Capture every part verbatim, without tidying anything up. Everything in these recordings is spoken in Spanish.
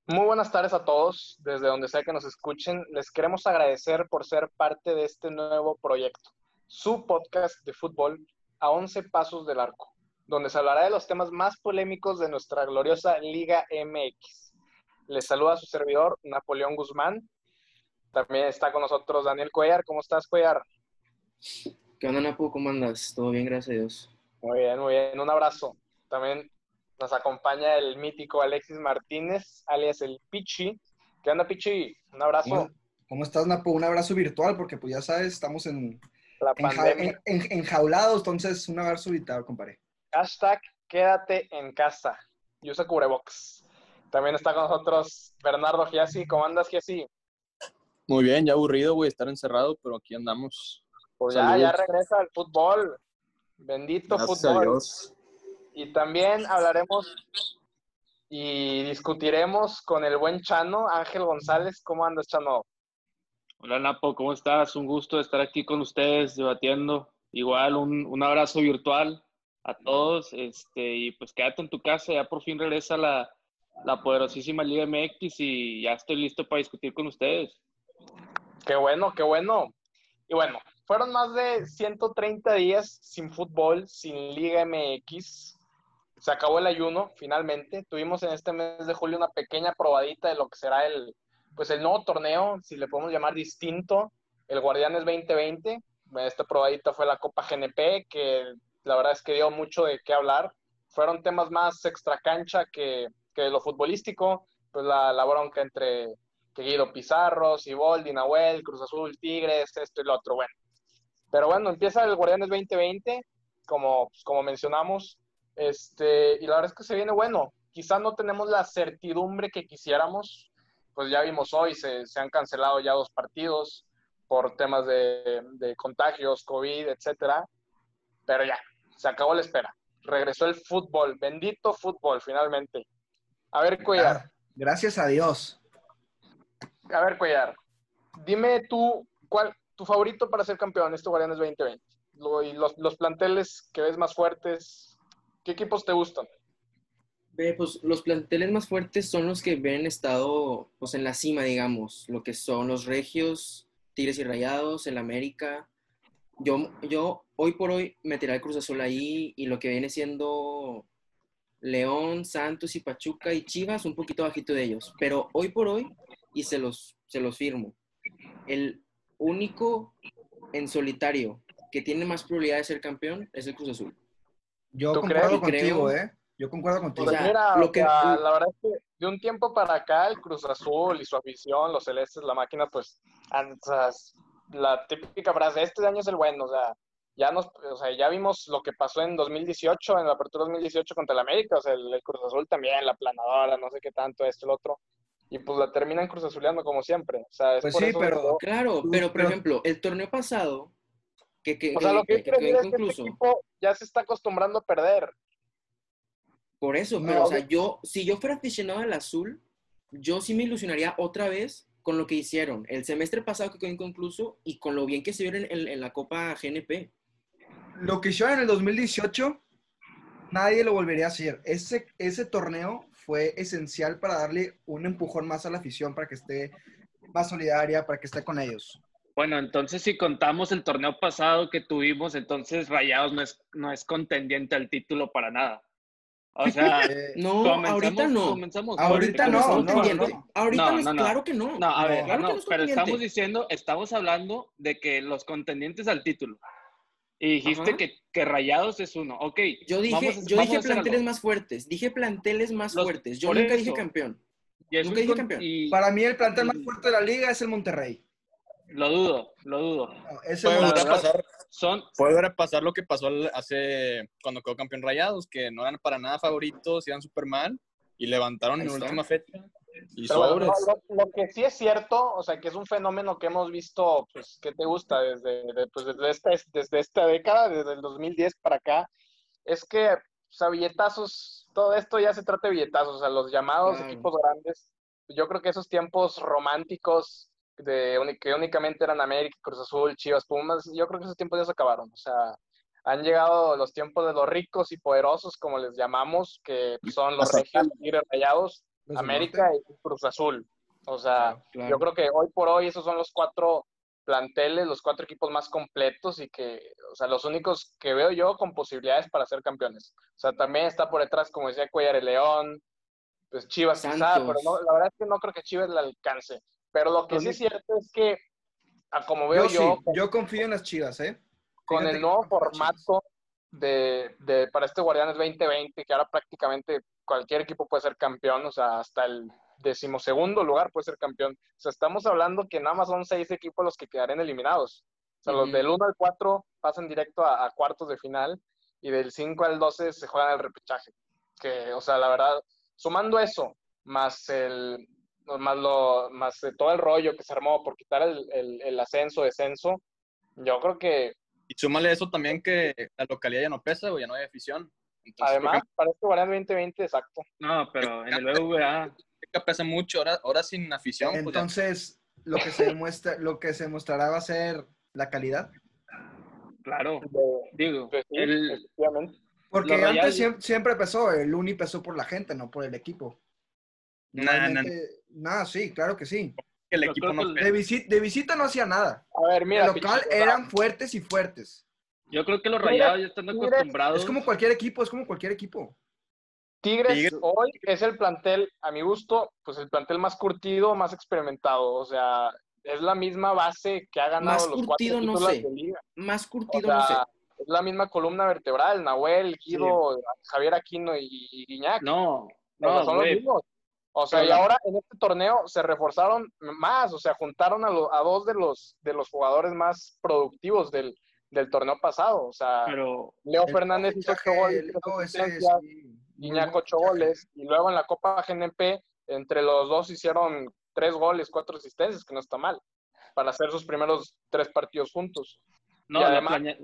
Muy buenas tardes a todos, desde donde sea que nos escuchen. Les queremos agradecer por ser parte de este nuevo proyecto, su podcast de fútbol a once pasos del arco, donde se hablará de los temas más polémicos de nuestra gloriosa Liga M X. Les saluda su servidor, Napoleón Guzmán. También está con nosotros Daniel Cuellar. ¿Cómo estás, Cuellar? ¿Qué onda, Napo? ¿Cómo andas? Todo bien, gracias a Dios. Muy bien, muy bien. Un abrazo. También nos acompaña el mítico Alexis Martínez, alias el Pichi. ¿Qué onda, Pichi? Un ¿Cómo, abrazo. cómo estás, Napo? Un abrazo virtual, porque pues ya sabes, estamos en, La en, ja- pandemia. en- en- enjaulados, entonces un abrazo virtual, compadre. Hashtag quédate en casa y usa cubrebocas. También está con nosotros Bernardo Giasi. ¿Cómo andas, Giasi? Muy bien, ya aburrido, güey, estar encerrado, pero aquí andamos. Pues ya, ya Saludos. regresa al fútbol. Bendito Gracias a fútbol. Dios. Y también hablaremos y discutiremos con el buen Chano, Ángel González. ¿Cómo andas, Chano? Hola Napo, ¿cómo estás? Un gusto estar aquí con ustedes debatiendo. Igual un, un abrazo virtual a todos, este, y pues quédate en tu casa, ya por fin regresa la, la poderosísima Liga M X y ya estoy listo para discutir con ustedes. Qué bueno, qué bueno. Y bueno, fueron más de ciento treinta días sin fútbol, sin Liga M X. Se acabó el ayuno, finalmente. Tuvimos en este mes de julio una pequeña probadita de lo que será el, pues el nuevo torneo, si le podemos llamar distinto, el Guardianes veinte veinte. Esta probadita fue la Copa G N P, que la verdad es que dio mucho de qué hablar. Fueron temas más extracancha que, que de lo futbolístico, pues la, la bronca entre que Guido Pizarro, Siboldi, Nahuel, Cruz Azul, Tigres, esto y lo otro. Bueno, pero bueno, empieza el Guardianes veinte veinte, como, pues, como mencionamos, este, y la verdad es que se viene bueno. Quizá no tenemos la certidumbre que quisiéramos, pues ya vimos hoy, se, se han cancelado ya dos partidos por temas de, de contagios, COVID, etcétera, pero ya, se acabó la espera. Regresó el fútbol, bendito fútbol, finalmente. A ver, Cuellar, Ah, gracias a Dios. a ver, Cuellar, dime tú, ¿cuál tu favorito para ser campeón este Guardianes veinte veinte? Lo, y los, los planteles que ves más fuertes, ¿qué equipos te gustan? Ve, pues los planteles más fuertes son los que ven estado pues, en la cima, digamos, lo que son los Regios, Tigres y Rayados, el América. Yo, yo hoy por hoy meteré al Cruz Azul ahí y lo que viene siendo León, Santos y Pachuca y Chivas un poquito bajito de ellos. Pero hoy por hoy, y se los, se los firmo, el único en solitario que tiene más probabilidad de ser campeón es el Cruz Azul. Yo ¿Tú crees? concuerdo Y contigo, creo, ¿eh? Yo concuerdo o contigo. Pues sea, mira, lo o que, sea, la verdad es que de un tiempo para acá el Cruz Azul y su afición, los celestes, la máquina, pues, han- o sea, es la típica frase, este año es el bueno, o sea, ya nos, o sea, ya vimos lo que pasó en dos mil dieciocho, en la apertura dos mil dieciocho contra el América, o sea, el, el Cruz Azul también, la planadora, no sé qué tanto, esto, el otro, y pues la terminan Cruz Azuleando como siempre, o sea, es Pues por sí, eso que pero, yo, claro, pero por pero ejemplo, el torneo pasado, que, que, o sea, lo que, que yo que quiero quedó decir es que este inconcluso, equipo ya se está acostumbrando a perder. por eso, pero, o no, sea, yo, si yo fuera aficionado al azul, yo sí me ilusionaría otra vez con lo que hicieron el semestre pasado que quedó inconcluso y con lo bien que se vieron en, en, en la Copa G N P. lo que hicieron en el dos mil dieciocho, nadie lo volvería a hacer. Ese, ese torneo fue esencial para darle un empujón más a la afición, para que esté más solidaria, para que esté con ellos. Bueno, entonces si contamos el torneo pasado que tuvimos, entonces Rayados no es, no es contendiente al título para nada. O sea, Eh, No, ahorita comenzamos, no. comenzamos fuerte, ahorita Ahorita no es no, comenzamos no, no, fuerte. contendiente. no. Ahorita No, no es, no, no. claro que no. No, a ver, No. Claro que no no, es pero contendiente. estamos diciendo, estamos hablando de que los contendientes al título. Y dijiste Ajá. que, que Rayados es uno. Ok, Yo vamos, dije, a- yo vamos a dije hacer planteles algo. más fuertes. Dije planteles más Los, fuertes. Yo por nunca dije eso, campeón. y es Nunca un dije con- campeón. y, Para mí el plantel más y fuerte de la liga es el Monterrey. lo dudo, lo dudo. No, es el Puede La volver a Monterrey. verdad, pasar, son, puede volver a pasar lo que pasó hace cuando quedó campeón Rayados, que no eran para nada favoritos, iban súper mal y levantaron Ahí en está. última fecha y Pero bueno, lo, sobres. lo- lo que sí es cierto, o sea, que es un fenómeno que hemos visto, pues, ¿qué te gusta? Desde, de- pues, desde, esta, desde esta década, desde el dos mil diez para acá, es que, o sea, billetazos, todo esto ya se trata de billetazos, o sea, los llamados Claro. equipos grandes, yo creo que esos tiempos románticos de uni- que únicamente eran América, Cruz Azul, Chivas, Pumas, yo creo que esos tiempos ya se acabaron, o sea, han llegado los tiempos de los ricos y poderosos, como les llamamos, que son los Hasta regios, tigres, rayados, Los del América norte. y Cruz Azul. O sea, Claro. yo creo que hoy por hoy esos son los cuatro planteles, los cuatro equipos más completos y que, o sea, los únicos que veo yo con posibilidades para ser campeones. O sea, también está por detrás, como decía Cuellar, el León, pues Chivas quizá, pero Santos. no, la verdad es que no creo que Chivas le alcance. Pero lo que sí es cierto es que, a como veo Yo yo, sí, yo confío en las Chivas, ¿eh? con Fíjate el que nuevo confío en las Chivas. formato de, de, para este Guardianes veinte veinte, que ahora prácticamente cualquier equipo puede ser campeón, o sea, hasta el decimosegundo lugar puede ser campeón. O sea, estamos hablando que nada más son seis equipos los que quedarían eliminados. O sea, Ujú. los del uno al cuatro pasan directo a, a cuartos de final y del cinco al doce se juegan el repechaje. Que, o sea, la verdad, sumando eso, más el más lo más de todo el rollo que se armó por quitar el, el, el ascenso, descenso, yo creo que Y súmale eso también que la localidad ya no pesa, güey, ya no hay afición. Entonces, creo además, para este Guardián veinte veinte, exacto. No, pero en el B B V A, que pesa mucho. Ahora, ahora sin afición, pues ya. Entonces, lo que se demuestra, lo que se demostrará va a ser la calidad. claro, De- digo, pues sí, el, efectivamente. Porque Los antes Rayados- siempre, siempre pesó, el Uni pesó por la gente, no por el equipo. Nah, nah, Normalmente, nada, sí, claro que sí. Que el Yo equipo creo no que el- pesa. De, visi- de visita no hacía nada. A ver, mira, De local Pichi, o sea, eran fuertes y fuertes. yo creo que los Tigres- Rayados ya están Tigres- acostumbrados. Es como cualquier equipo, es como cualquier equipo. Tigres Tigres. hoy es el plantel, a mi gusto, pues el plantel más curtido, más experimentado. O sea, es la misma base que ha ganado Más los curtido, cuatro no títulos sé. de liga. Más O curtido, sea, no sé. es la misma columna vertebral, Nahuel, Guido, Javier Aquino y, y Guiñac. No, O sea, no, son los güey. mismos. O sea, Pero y la- ahora en este torneo se reforzaron más, o sea, juntaron a, lo- a dos de los, de los jugadores más productivos del, del torneo pasado. O sea, Pero, Leo El Fernández hizo fichaje, ocho goles, el tres Leo, ese asistencias, sí, muy Guiñac buen ocho fichaje. goles, y luego en la Copa G N P, entre los dos hicieron tres goles, cuatro asistencias, que no está mal, para hacer sus primeros tres partidos juntos. no, Y la además- planea...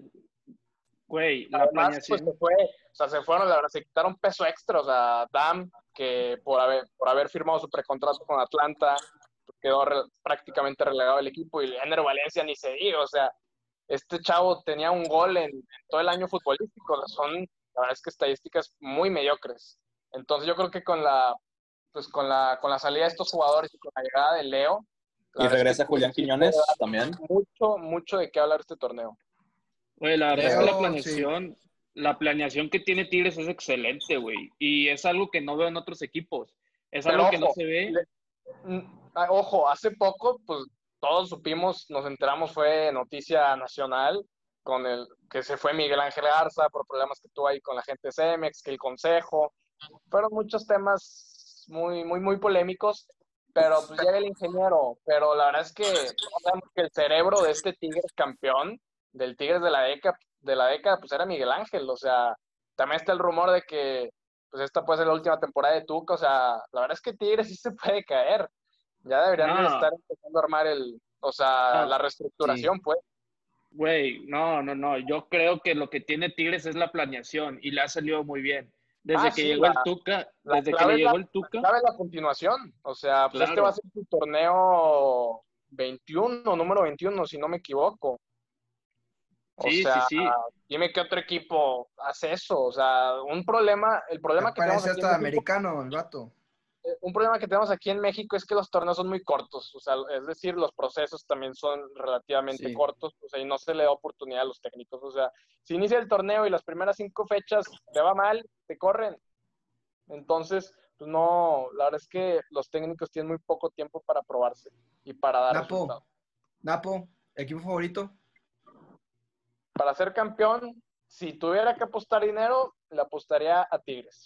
Güey, la Además, planeación... pues se fue, o sea, se fueron, la verdad, se quitaron peso extra, o sea, Dam, que por haber, por haber firmado su precontrato con Atlanta, pues, quedó re- prácticamente relegado el equipo, y Ener Valencia ni se diga, o sea, este chavo tenía un gol en, en todo el año futbolístico, o sea, son, la verdad es que estadísticas muy mediocres. Entonces yo creo que con la, pues con la, con la salida de estos jugadores y con la llegada de Leo, la Y verdad es regresa que Julián sí Quiñones puede dar también. mucho, mucho de qué hablar este torneo. Güey, la verdad es que la Leo, planeación, la planeación que tiene Tigres es excelente, güey. Y es algo que no veo en otros equipos. Es Pero algo que no ojo, se ve. le- Mm, ah, Ojo, hace poco, pues todos supimos, nos enteramos, fue noticia nacional, con el que se fue Miguel Ángel Garza por problemas que tuvo ahí con la gente de Cemex, que el consejo, fueron muchos temas muy, muy, muy polémicos, pero pues llega el ingeniero, pero la verdad es que todos sabemos que el cerebro de este Tigres campeón, del Tigres de la década, de la década, pues era Miguel Ángel, o sea, también está el rumor de que pues esta puede ser la última temporada de Tuca, o sea, la verdad es que Tigres sí se puede caer. Ya deberían de No. estar empezando a armar el, o sea, No. la reestructuración, pues. Güey, no, no, no. Yo creo que lo que tiene Tigres es la planeación y le ha salido muy bien. Desde Ah, que sí, llegó la- el Tuca, la desde que clave le es llegó la- el Tuca, Sabe la continuación, o sea, pues este Claro. va a ser su torneo veintiuno, número veintiuno, si no me equivoco. O sí, sea, sí, sí. dime qué otro equipo hace eso, o sea, un problema, el problema Ya que tenemos parece aquí en hasta México, americano el vato. eh, un problema que tenemos aquí en México es que los torneos son muy cortos, o sea, es decir, los procesos también son relativamente Sí. cortos, o sea, y no se le da oportunidad a los técnicos, o sea, si inicia el torneo y las primeras cinco fechas te va mal, te corren. Entonces, pues no, la verdad es que los técnicos tienen muy poco tiempo para probarse y para dar Napo, resultados. Napo, equipo favorito. Para ser campeón, si tuviera que apostar dinero, le apostaría a Tigres.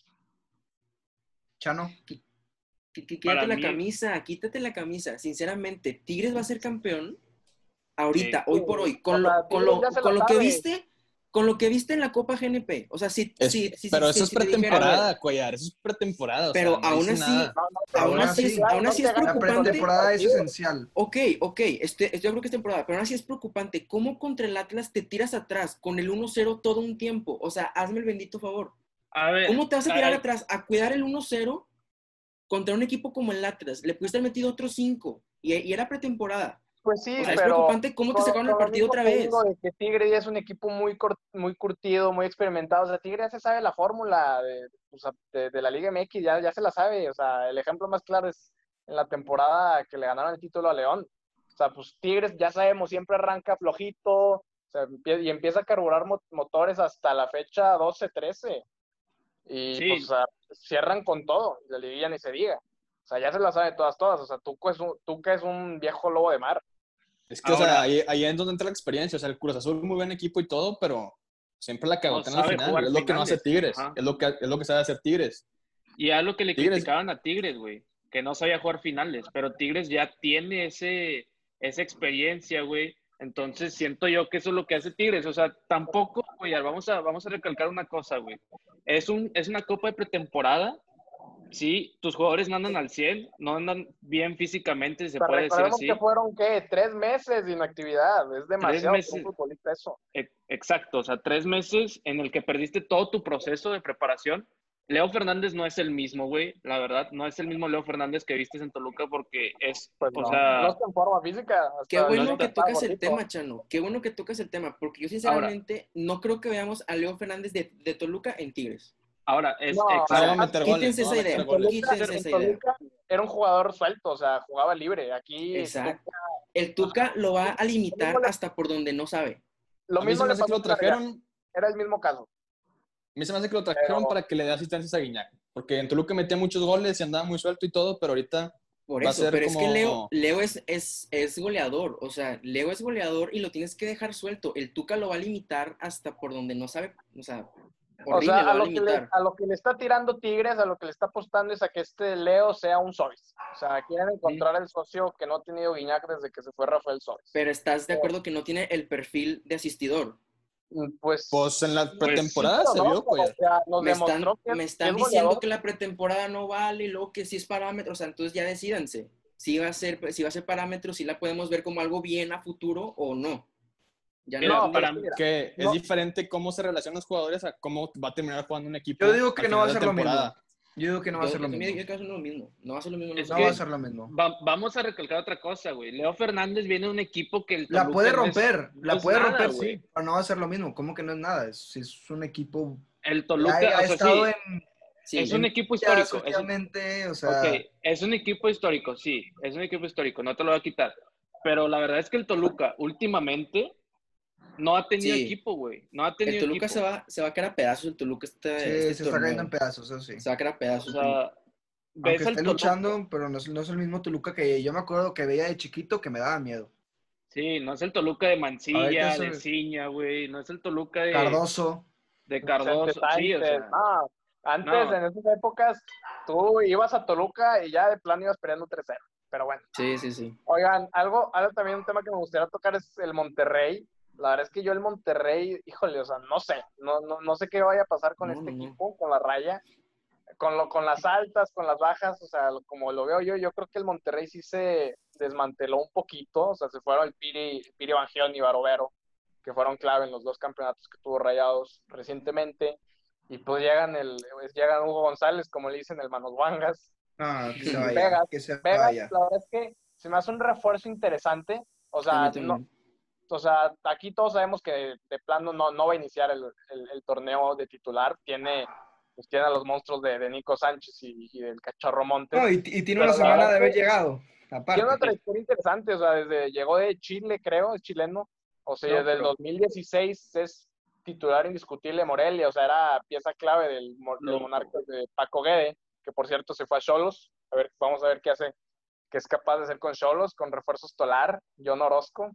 Chano. Qu- qu- Para Quítate la mí- camisa, quítate la camisa. Sinceramente, ¿Tigres va a ser campeón? Ahorita, Sí. hoy por hoy, con O lo, sea, con Tigres lo, ya se la con lo que sabe. viste, con lo que viste en la Copa G N P. O sea, sí, Es- sí, sí, pero sí, eso sí, es sí te dijera- pretemporada, Cuellar. Eso es pretemporada. O Pero sea, no aún dice así- nada. No, no, pero Aún Aún así, así, es, aún así es no te hagas La preocupante. pretemporada es esencial. Ok, ok, este, yo creo que es temporada, pero aún así es preocupante. ¿Cómo contra el Atlas te tiras atrás con el uno cero todo un tiempo? O sea, hazme el bendito favor. A ver. ¿Cómo te vas a tirar ay, atrás a cuidar el uno cero contra un equipo como el Atlas? Le pudiste haber metido otros cinco y, y era pretemporada. Pues sí, O sea, es pero preocupante cómo te con- sacaron el con lo partido mismo otra te vez. digo de que Tigre ya es un equipo muy, cor- muy curtido, muy experimentado. O sea, Tigre ya se sabe la fórmula de, o sea, de, de la Liga M X, ya, ya se la sabe. O sea, el ejemplo más claro es en la temporada que le ganaron el título a León. O sea, pues Tigres, ya sabemos, siempre arranca flojito, o sea, empie- y empieza a carburar mo- motores hasta la fecha doce trece. Y pues, o Sí, sea, cierran con todo, y la liguilla ni se diga. O sea, ya se la sabe todas, todas. O sea, Tuca es un, Tuca es un viejo lobo de mar. Es que, o ahora sea, ahí, ahí es donde entra la experiencia. O sea, el Cruz Azul es muy buen equipo y todo, pero siempre la no cagotean al sabe final. jugar Es lo que no hace finales. Tigres. Ajá. Es lo que, es lo que sabe hacer Tigres. Y es lo que le Tigres, criticaban a Tigres, güey, que no sabía jugar finales, pero Tigres ya tiene ese, esa experiencia, güey. Entonces siento yo que eso es lo que hace Tigres. O sea, tampoco, güey, vamos a, vamos a recalcar una cosa, güey. Es, un, es una copa de pretemporada. Sí, tus jugadores no andan al cien, no andan bien físicamente, si se O sea, puede decir recordemos que así. fueron, ¿qué? Tres meses de inactividad. Es Tres demasiado para un meses, futbolista eso. e- exacto, o sea, tres meses en el que perdiste todo tu proceso de preparación. Leo Fernández no es el mismo, güey, la verdad, no es el mismo Leo Fernández que viste en Toluca porque es, Pues o no. No sea, está en forma física. Qué Hasta no bueno dicen que que está. está tocas el gordito. tema, Chano. Qué bueno que tocas el tema, porque yo Ahora, sinceramente no creo que veamos a Leo Fernández de, de Toluca en Tigres. ahora, es No, no va a exacto. además, meter goles. Quítense No va a esa meter idea. en goles. Toluca, Quítense en esa idea. Toluca era un jugador suelto, o sea, jugaba libre. Aquí Exacto. Tuca, El Tuca lo va a lo mismo, limitar le, hasta por donde no sabe. lo A mí se mismo me le hace que pasó lo a Larga. trajeron. Era el mismo caso. A mí se me hace que lo trajeron Pero, para que le dé asistencias a Guiñac. Porque en Toluca metía muchos goles y andaba muy suelto y todo, pero ahorita Por va a eso, ser pero es que Leo, como... Leo es, es, es goleador. O sea, Leo es goleador y lo tienes que dejar suelto. El Tuca lo va a limitar hasta por donde no sabe. O sea, o horrible, sea, lo a va a lo, que le, limitar. a lo que le está tirando Tigres, a lo que le está apostando es a que este Leo sea un Sobis. O sea, quieren encontrar el socio que no ha tenido Guiñac desde que se fue Rafael Sobis. Pero estás de acuerdo que no tiene el perfil de asistidor. Pues, Pues en la sí, pretemporada pero se no, vio, pero, pues. o sea, nos Me demostró están, que, me que es están diciendo goleador. que la pretemporada no vale, y luego que sí es parámetro, o sea, entonces ya decídanse. Si va a ser, si va a ser parámetro, si la podemos ver como algo bien a futuro o no. Ya no Mira, No, pero entendí. es que para, mira, Que es no, diferente cómo se relacionan los jugadores a cómo va a terminar jugando un Yo equipo digo al que no va a final de ser lo mismo. temporada. Yo digo que no va a Yo, ser yo lo también mismo. yo creo que es lo mismo. No va a ser lo mismo. es No que va a ser lo mismo. va- vamos a recalcar otra cosa, güey. Leo Fernández viene de un equipo que el La Toluca puede no es- romper, no la es puede nada, romper, güey. sí, pero no va a ser lo mismo. ¿Cómo que no es nada? Es, es un equipo El que Toluca, ha, o ha sea, estado sí, en, Sí, es un en equipo liguillas histórico. Es un, últimamente, o ok, sea, es un equipo histórico, sí, es un equipo histórico, no te lo voy a quitar. Pero la verdad es que el Toluca últimamente no ha tenido sí. equipo, güey. No ha El tenido Toluca se equipo. va, se va a caer a pedazos el Toluca este, sí, este se está cayendo en torneo. pedazos, eso sí. Se va a caer a O pedazos el Toluca. sea, Aunque ves esté al Toluca. luchando, pero no es, no es el mismo Toluca que yo me acuerdo que veía de chiquito que me daba miedo. Sí, no es el Toluca de Ahorita Mancilla, es de el Ciña, güey. No es el Toluca de, Cardoso. de Vicente Cardoso. Sí, o Sánchez, sea, no. Antes, no. en esas épocas, tú ibas a Toluca y ya de plano ibas perdiendo tres cero. Pero bueno. Sí, sí, sí. Oigan, algo, algo también un tema que me gustaría tocar es el Monterrey. La verdad es que yo el Monterrey, híjole, o sea, no sé, no, no, no sé qué vaya a pasar con No, este no, no. equipo, con la raya, con, lo, con las altas, con las bajas, o sea, como lo veo yo, yo creo que el Monterrey sí se desmanteló un poquito, o sea, se fueron el Piri, Piri Bangión y Barovero, que fueron clave en los dos campeonatos que tuvo Rayados recientemente, y pues llegan, el, pues llegan Hugo González, como le dicen, el Manos Wangas, Ah, que se y vaya, Vegas. que se Vegas, vaya. la verdad es que se me hace un refuerzo interesante. O A mí sea, no, también. o sea aquí todos sabemos que de, de plano no, no va a iniciar el, el, el torneo de titular. Tiene, pues tiene a los monstruos de, de Nico Sánchez y, y del Cachorro Montes. No, y, y tiene Pero una la semana verdad de es haber que llegado, tiene una aparte. trayectoria interesante. O sea, desde llegó de Chile, creo, es chileno. O sea, No, desde el pero dos mil dieciséis es titular indiscutible de Morelia. O sea, era pieza clave del, del Lo, Monarcas de Paco Guede, que por cierto se fue a Xolos. A ver, vamos a ver qué hace, qué es capaz de hacer con Xolos, con refuerzos Tolar, John Orozco.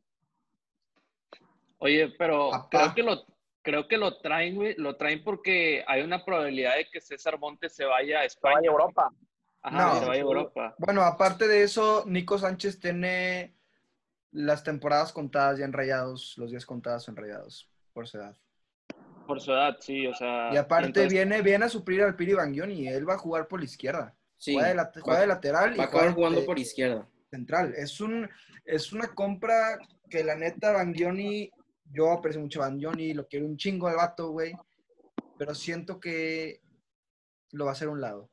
oye, pero creo que papá. lo, creo que lo traen, güey. Lo traen porque hay una probabilidad de que César Montes se vaya a Se vaya a España. Europa. Ajá, se No. vaya a seguro. Europa. Bueno, aparte de eso, Nico Sánchez tiene las temporadas contadas ya en Rayados, los días contados en Rayados, por su edad. Por su edad, sí, o Y sea. Y aparte entonces, viene, viene a suplir al Piri Banguión y él va a jugar por la izquierda. Juega de, Sí. lat- Va, juega de lateral y va a juega acabar de, jugando de por izquierda. central. Es un, es una compra que la neta Banguioni, yo aprecio mucho a Banguioni, lo quiero un chingo al vato, güey. Pero siento que lo va a hacer a un lado.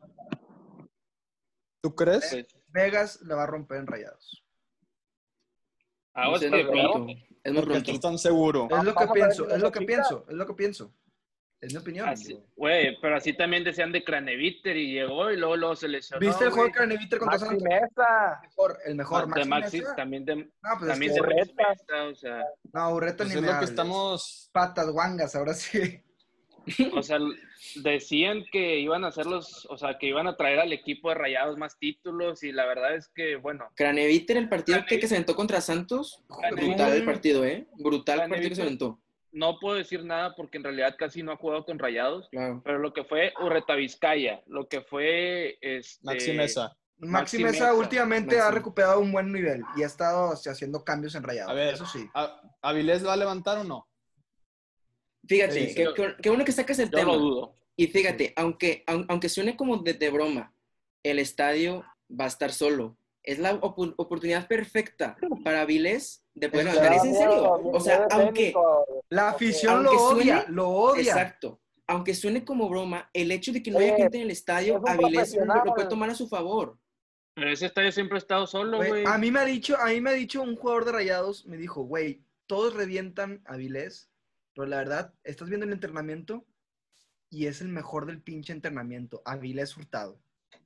¿Tú crees? pues, Vegas la va a romper en Rayados. Aguas No sé, es que muy primero. pronto. Es muy Porque pronto. estás tan seguro. Es lo que Vamos a ver pienso, si es nos lo que aplica. pienso, es lo que pienso. Es mi opinión. Así, digo. güey, pero así también decían de Craneviter y llegó y luego, luego se lesionó, ¿Viste el juego de güey. Craneviter contra Maxi Santos? Mesa. El mejor, el mejor. Ma- de Maxi Maxi, Mesa. también de, No, pues es también que de Maxi Urreta. Mesa, o sea, no, Urreta Pues ni es me lo que hables. estamos... Patas guangas, ahora sí. o sea, decían que iban a hacer los, o sea, que iban a traer al equipo de Rayados más títulos y la verdad es que, bueno, Craneviter, el partido que, que se aventó contra Santos, brutal el partido, ¿eh? Brutal el partido que se aventó. no puedo decir nada porque en realidad casi no ha jugado con Rayados, Claro. pero lo que fue Urreta Vizcaya, lo que fue este Maxi Mesa. Maxi Maxi Mesa Mesa. últimamente Maxi. ha recuperado un buen nivel y ha estado o sea, haciendo cambios en Rayados. A ver, Eso sí. ¿A- ¿Avilés va a levantar o no? Fíjate, Sí, sí. qué, qué- qué bueno que sacas el Yo tema. lo dudo. Y fíjate, aunque, aun- aunque suene como de, de broma, el estadio va a estar solo. Es la opu- oportunidad perfecta para Vilés de poder Es levantar. Es verdad. en serio. O sea, aunque, La afición aunque lo suene- odia, lo odia. exacto, aunque suene como broma, el hecho de que no Oye, haya gente en el estadio, es un a Vilés lo, profesional. lo puede tomar a su favor. Pero ese estadio siempre ha estado solo, Güey, güey. a mí me ha dicho, a mí me ha dicho un jugador de Rayados, me dijo, güey, todos revientan a Vilés, pero la verdad, estás viendo el entrenamiento y es el mejor del pinche entrenamiento, Avilés Hurtado.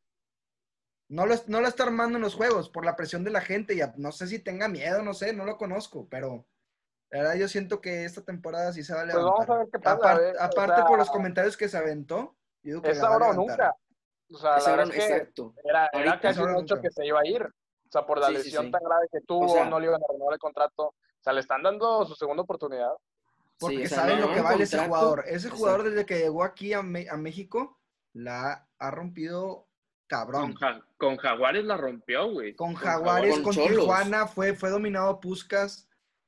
No lo, no lo está armando en los juegos por la presión de la gente, ya no sé si tenga miedo, no sé, no lo conozco, pero la verdad yo siento que esta temporada sí se va a Pues levantar. vamos a ver qué pasa. Apar- a ver, o aparte sea, por los comentarios que se aventó, yo digo que es la va a ahora o levantar. nunca. O sea, Es la ahora- verdad es que exacto. era, era Ahorita- casi Es ahora un o hecho nunca. que se iba a ir. O sea, por la Sí, sí, lesión sí. tan grave que tuvo, O sea- no le iban a renovar el contrato. O sea, le están dando su segunda oportunidad. Porque Sí, o sea, saben le lo que dieron vale ese contrato. jugador. Ese jugador Exacto. desde que llegó aquí a, Me- a México la ha rompido cabrón. Con, Ja- con Jaguares la rompió, güey. Con Jaguares, Con con, Cholos. Tijuana, fue, fue dominado Puskás.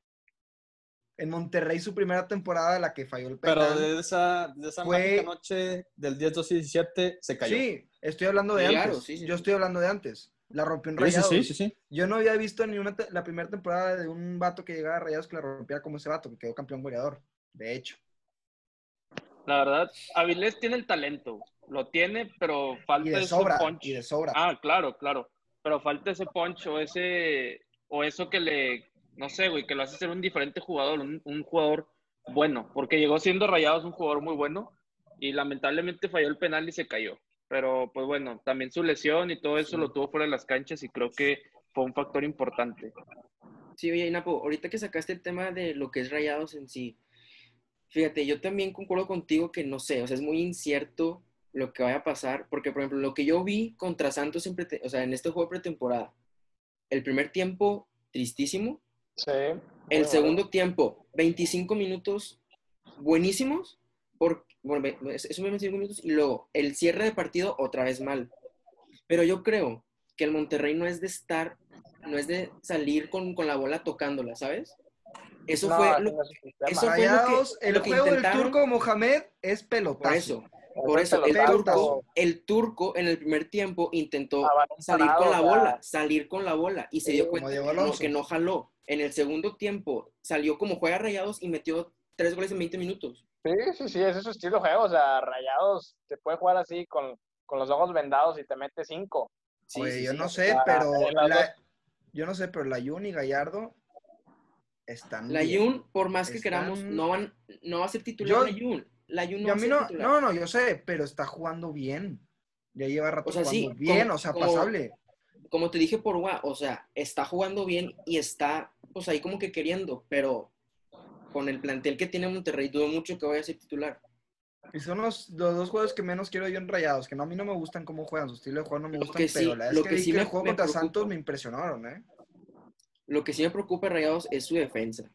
En Monterrey su primera temporada, la que falló el Pero penal. de esa, de esa Fue- mágica noche del diez dos diecisiete se cayó. Sí, estoy hablando de Sí, antes. claro, sí, sí, Yo sí. estoy hablando de antes. La rompió en Sí, sí, Rayados. sí, sí, sí. Yo no había visto ni una te- la primera temporada de un vato que llegaba a Rayados que la rompiera como ese vato, que quedó campeón goleador. De hecho. La verdad, Avilés tiene el talento. Lo tiene, pero falta Y de ese sobra. punch. Y de sobra. Ah, claro, claro. Pero falta ese punch o ese o eso que le, no sé, güey, que lo hace ser un diferente jugador, un, un jugador bueno, porque llegó siendo Rayados un jugador muy bueno y lamentablemente falló el penal y se cayó. Pero pues bueno, también su lesión y todo eso Sí. lo tuvo fuera de las canchas y creo que fue un factor importante. Sí, oye, Napo, ahorita que sacaste el tema de lo que es Rayados en sí, fíjate, yo también concuerdo contigo que no sé, o sea, es muy incierto lo que vaya a pasar, porque por ejemplo, lo que yo vi contra Santos en, prete- o sea, en este juego de pretemporada, el primer tiempo, tristísimo, Sí. el muy segundo mal. tiempo, veinticinco minutos buenísimos, por, bueno, ve- esos veinticinco minutos, y luego el cierre de partido otra vez mal. Pero yo creo que el Monterrey no es de estar, no es de salir con, con la bola tocándola, ¿sabes? Eso No, fue ese lo, no es su sistema. eso fue lo que, Rayados, el lo que juego intentaron. del turco Mohamed es pelotazo. Por eso, Ese por eso, el pelotazo. turco, el turco en el primer tiempo intentó A balón salir parado, con la o sea, bola, salir con la bola y se Sí, dio como cuenta Diego que no, Alonso. que no jaló. En el segundo tiempo salió como juega Rayados y metió tres goles en veinte minutos. Sí, sí, sí, ese es su estilo de juego. O sea, Rayados te puede jugar así con, con los ojos vendados y te mete cinco. Sí, Oye, sí, yo sí. no sé, Ah, pero en las la- dos- yo no sé, pero la Jun y Gallardo están La bien. Jun, por más que Están- queramos, no, van, no va a ser titular Yo- la Jun. La Jun Y no a va a mí ser no, titular. no, no, yo sé, pero está jugando bien. Ya lleva rato O sea, sí, jugando bien, como- o sea, como- pasable. Como te dije por WhatsApp, o sea, está jugando bien y está, pues ahí como que queriendo, pero con el plantel que tiene Monterrey, dudo mucho que vaya a ser titular. Y son los, los dos juegos que menos quiero yo en Rayados, que no, a mí no me gustan cómo juegan, su estilo de juego no me Lo gustan, que sí- pero la vez lo que, que vi sí que el me- juego me contra preocupa- Santos me impresionaron, ¿eh? Lo que sí me preocupa de Rayados es su defensa.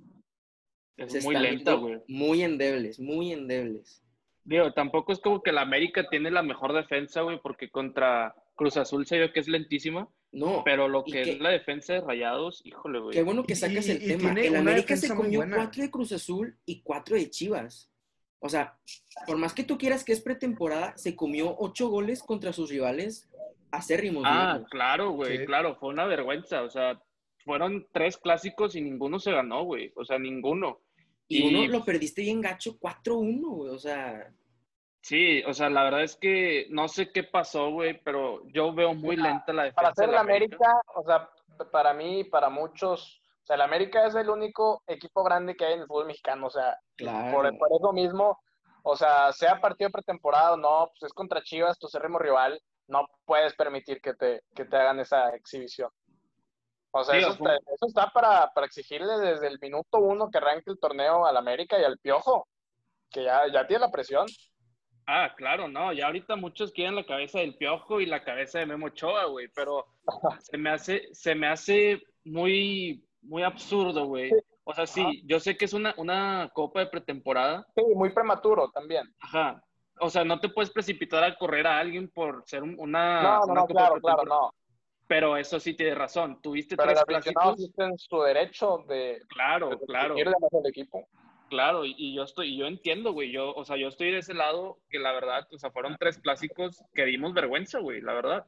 Es Se muy están lenta, viendo güey. muy endebles, muy endebles. Digo, tampoco es como que la América tiene la mejor defensa, güey, porque contra Cruz Azul se vio que es lentísima, No, pero lo y que que- es la defensa de Rayados, híjole, güey. qué bueno que Y- sacas y- el y tema. tiene El una América se defensa muy comió buena. cuatro de Cruz Azul y cuatro de Chivas. O sea, por más que tú quieras que es pretemporada, se comió ocho goles contra sus rivales acérrimos, Ah, digamos. claro, güey, Sí. claro, fue una vergüenza, o sea, fueron tres clásicos y ninguno se ganó, güey, o sea, ninguno. Y uno Y lo perdiste bien gacho, cuatro uno, güey. O sea, sí, o sea, la verdad es que no sé qué pasó, güey, pero yo veo muy Mira, lenta la Para defensa hacer de la la América. América, o sea, para mí, para muchos, o sea, el América es el único equipo grande que hay en el fútbol mexicano. O sea, Claro. por, por eso mismo, o sea, sea partido pretemporada o no, pues es contra Chivas, tu acérrimo rival, no puedes permitir que te, que te hagan esa exhibición. O sea, Sí, eso o está, eso está para, para exigirle desde el minuto uno que arranque el torneo al América y al Piojo, que ya, ya tiene la presión. Ah, claro, no, ya ahorita muchos quieren la cabeza del Piojo y la cabeza de Memo Ochoa, güey, pero se me hace, se me hace muy, muy absurdo, güey. O sea, sí, yo sé que es una, una copa de pretemporada. Sí, muy prematuro también. Ajá. O sea, no te puedes precipitar a correr a alguien por ser un- una, No, no, una no, copa claro, de claro, pretemporada. no. Pero eso sí tienes razón. Tuviste Pero el tres aficionado sí clásicos. está en su derecho de, de Claro, claro. exigirle más al equipo. Claro, y, y yo estoy, y yo entiendo, güey, yo, o sea, yo estoy de ese lado que la verdad, o sea, fueron tres clásicos que dimos vergüenza, güey, la verdad.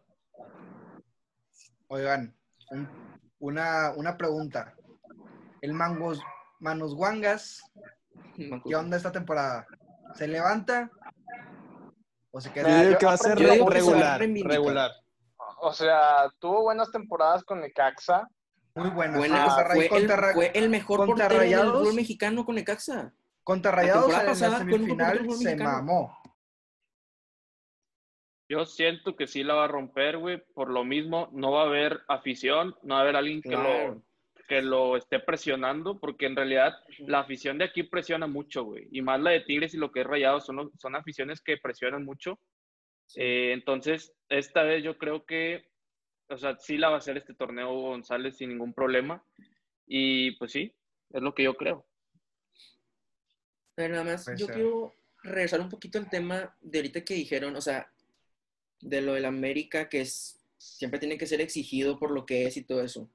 Oigan, un- una, una pregunta. El Mangos, Manos Guangas, ¿qué onda esta temporada? ¿Se levanta o se Yo queda? Mira, digo yo que va a ser aprendí- yo digo que se va a regular, reivindicar. regular. O sea, tuvo buenas temporadas con Necaxa. Muy buenas. Buena, Contra, Ray- fue, el, contra, fue el mejor contra portero del Rayados. fútbol mexicano con Necaxa. contra La Rayados temporada en la pasada fue el mejor portero del semifinal fútbol se mexicano. mamó. Yo siento que sí la va a romper, güey, por lo mismo no va a haber afición, no va a haber alguien que Claro. lo, que lo esté presionando, porque en realidad la afición de aquí presiona mucho, güey, y más la de Tigres y lo que es Rayados son, son aficiones que presionan mucho. Sí. Eh, entonces, esta vez yo creo que, o sea, sí la va a hacer este torneo Hugo González sin ningún problema. Y pues sí, es lo que yo creo. Pero nada más, Puede yo ser. quiero regresar un poquito al tema de ahorita que dijeron, o sea, de lo del América, que es, siempre tiene que ser exigido por lo que es y todo eso.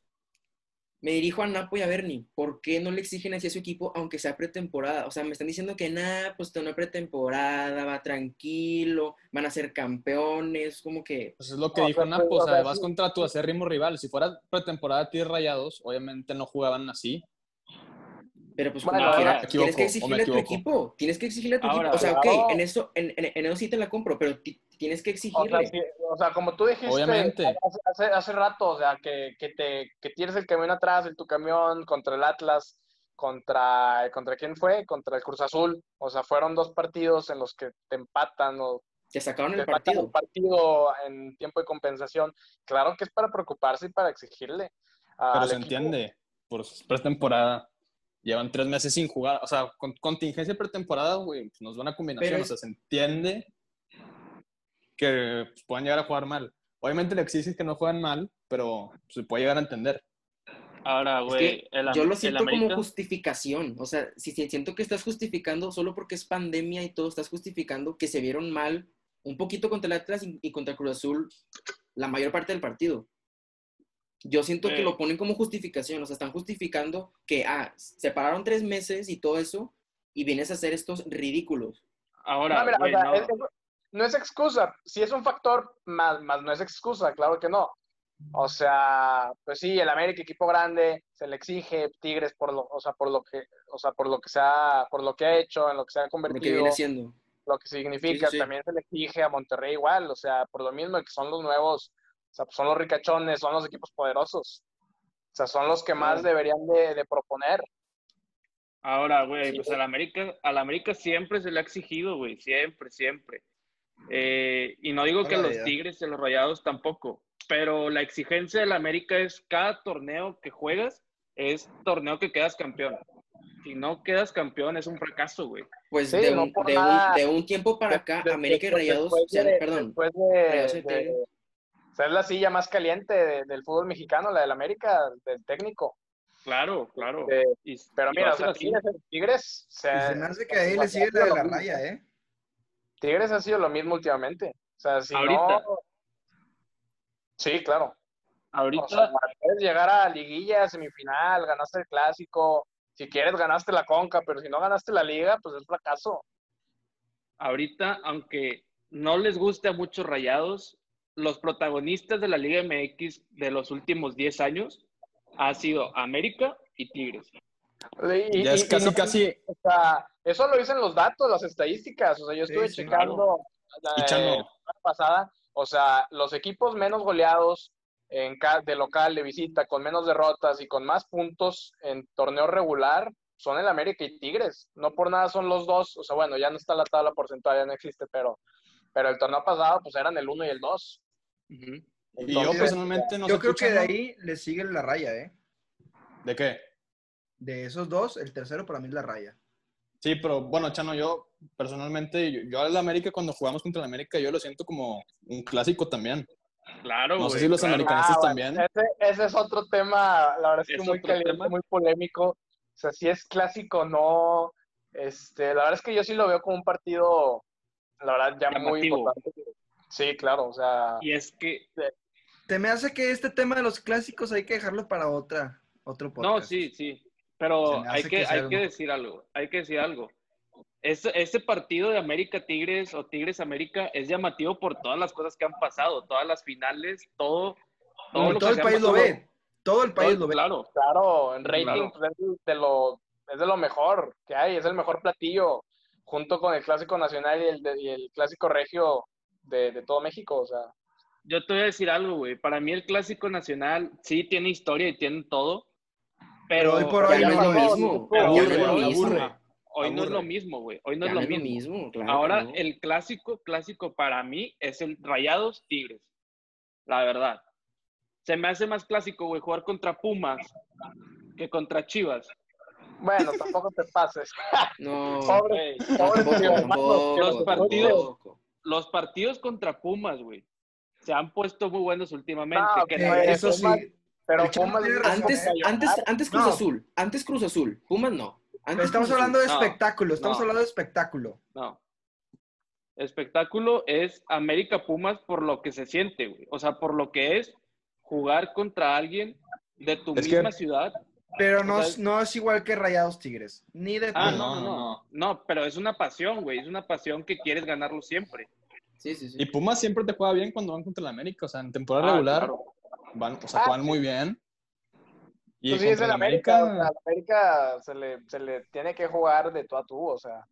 Me dirijo a Napo y a Bernie. ¿Por qué no le exigen así a su equipo, aunque sea pretemporada? O sea, me están diciendo que nada, pues no es pretemporada, va tranquilo, van a ser campeones, como que... Pues es lo que No, dijo o sea, Napo, o o sea, sea, vas sí. contra tu acérrimo rival. Si fuera pretemporada Tigres Rayados, obviamente no jugaban así. Pero pues Bueno, como ahora quiera, me tienes que equivoco, o me exigirle a tu equivoco. equipo, tienes que exigirle a tu equipo. Ahora, O sea, ok, claro. en eso, en, en, en eso sí te la compro, pero ti- tienes que O sea, exigirle. sí, o sea, como tú dijiste Obviamente. hace, hace, hace rato, o sea, que, que, te, que tires el camión atrás, el tu camión contra el Atlas, contra, ¿contra quién fue? Contra el Cruz Azul. O sea, fueron dos partidos en los que te empatan o Te sacaron te el sacan el partido. partido en tiempo de compensación. Claro que es para preocuparse y para exigirle Pero al se equipo. entiende, por pretemporada. Llevan tres meses sin jugar. O sea, con contingencia de pretemporada, güey, pues nos van a combinación. Pero O es- sea, se entiende que pues, puedan llegar a jugar mal. Obviamente le exiges que no juegan mal, pero se puede llegar a entender. ahora, Es güey, que el, yo Am- lo el siento como América, justificación. O sea, si, si siento que estás justificando solo porque es pandemia y todo, estás justificando que se vieron mal un poquito contra el Atlas y, y contra el Cruz Azul la mayor parte del partido. Yo siento que güey, lo ponen como justificación. O sea, están justificando que, ah, se pararon tres meses y todo eso y vienes a hacer estos ridículos. No, ahora, mira, o güey, sea, no. es- es- no es excusa. Sí es un factor, más, más no es excusa, claro que no. O sea, pues sí, el América, equipo grande, se le exige Tigres por lo, o sea, por lo que, o sea, por lo que se ha, por lo que ha hecho, en lo que se ha Lo que viene convertido, haciendo. lo que Sí, sí, significa. sí. También se le exige a Monterrey igual, o sea, por lo mismo que son los nuevos, o sea, pues son los ricachones, son los equipos poderosos. O sea, son los que más Claro. deberían de, de proponer. Ahora, güey, Sí. pues al América, al América siempre se le ha exigido, güey, siempre, siempre. Eh, y no digo Toda que la los vida. Tigres y los Rayados tampoco, pero la exigencia del América es cada torneo que juegas es torneo que quedas campeón. Si no quedas campeón es un fracaso, güey. Pues Sí, de no un, por de un, nada. de un tiempo para De- acá, de- América y después, Rayados, después se han- de, perdón, después de, Rayados y de- Tigres. o sea, es la silla más caliente de- del fútbol mexicano, la del América, del técnico. Claro, claro. Eh, Y, pero y va mira, a o ser sea, así. Tigres, Tigres, se Y ha- se me hace que ahí ha le sigue sido la de lo la mismo. raya, ¿eh? Tigres ha sido lo mismo últimamente. O sea, si Ahorita. no. Sí, claro. O sea, Ahorita, puedes llegar a liguilla, semifinal, ganaste el clásico. Si quieres, ganaste la Conca, pero si no ganaste la liga, pues es fracaso. ahorita, aunque no les guste a muchos Rayados, los protagonistas de la Liga M X de los últimos diez años ha sido América y Tigres. Y, Ya es y- y casi, no- casi. o sea, eso lo dicen los datos, las estadísticas. O sea, yo estuve Sí, sí. checando Y eh, Chano, la semana pasada. O sea, los equipos menos goleados en ca- de local, de visita, con menos derrotas y con más puntos en torneo regular, son el América y Tigres. No por nada son los dos. O sea, bueno, ya no está la tabla porcentual, ya no existe, pero, pero el torneo pasado, pues eran el uno y el dos. Ujú. Y yo Entonces, personalmente no Yo sé creo tú, que de Chano, ahí le sigue la raya, ¿eh? ¿de qué? De esos dos, el tercero para mí es la raya. Sí, pero bueno, Chano, yo personalmente, yo, yo al América cuando jugamos contra el América, yo lo siento como un clásico también. Claro, No sé güey, si los claro. americanistas Ah, bueno, también. ese, ese es otro tema, la verdad es que ¿Es muy otro caliente, tema? muy polémico. O sea, si es clásico o no. Este, la verdad es que yo sí lo veo como un partido, la verdad, ya muy Llamativo. importante. Sí, claro, o sea, Y es que, Se me hace que este tema de los clásicos hay que dejarlo para otra, otro no, podcast. sí, sí, Se pero me hay hace que, que sea hay que algo. decir algo, hay que decir algo. Ese, ese partido de América Tigres o Tigres América es llamativo por todas las cosas que han pasado, todas las finales, todo, todo Y lo todo que el se ha país lo pasado. ve. Todo el Todo país el- lo ve. claro, claro, en rating claro. pues, es de lo, es de lo mejor que hay, es el mejor platillo, junto con el Clásico Nacional y el, de- y el Clásico Regio de, de todo México, o sea. Yo te voy a decir algo, güey. Para mí el Clásico Nacional sí tiene historia y tiene todo, Pero hoy pero por Pero hoy Ya ya no es lo no. pasó, dices mismo, tú, pero ya hoy no es por lo hoy, mismo, ajá, hoy no es lo aburre. mismo, güey. Hoy no ya es no lo es lo mismo. mismo, claro que Ahora, no. el clásico, clásico para mí es el Rayados Tigres, la verdad. Se me hace más clásico, güey, jugar contra Pumas que contra Chivas. Bueno, tampoco te pases. No, Pobres, Güey, pobres tampoco, ciudadanos que los tampoco, los cruces. partidos, tampoco. los partidos contra Pumas, güey, se han puesto muy buenos últimamente. No, Que Eh, la oye, eso Pumas, sí. pero El Chano Pumas es tiene un razón, equipo Antes, para ¿eh? antes, llorar. antes Cruz No, Azul, antes Cruz Azul, Pumas no, Pero antes estamos Cruz hablando Azul. de no, espectáculo. Estamos no, hablando de espectáculo. no. Espectáculo es América Pumas por lo que se siente, güey. O sea, por lo que es jugar contra alguien de tu Es misma que, ciudad. Pero O no, sea, es- no es igual que Rayados Tigres. Ni de ah, pedo. no, no, no, no, no. no. No, pero es una pasión, güey. Es una pasión que quieres ganarlo siempre. Sí, sí, sí. Y Pumas siempre te juega bien cuando van contra el América. O sea, en temporada Ah, regular claro. van, o sea, Ah, juegan sí. muy bien. Y Pues sí, es contra el el América, o sea, América, al América se le, se le tiene que jugar de tú a tú, o sea.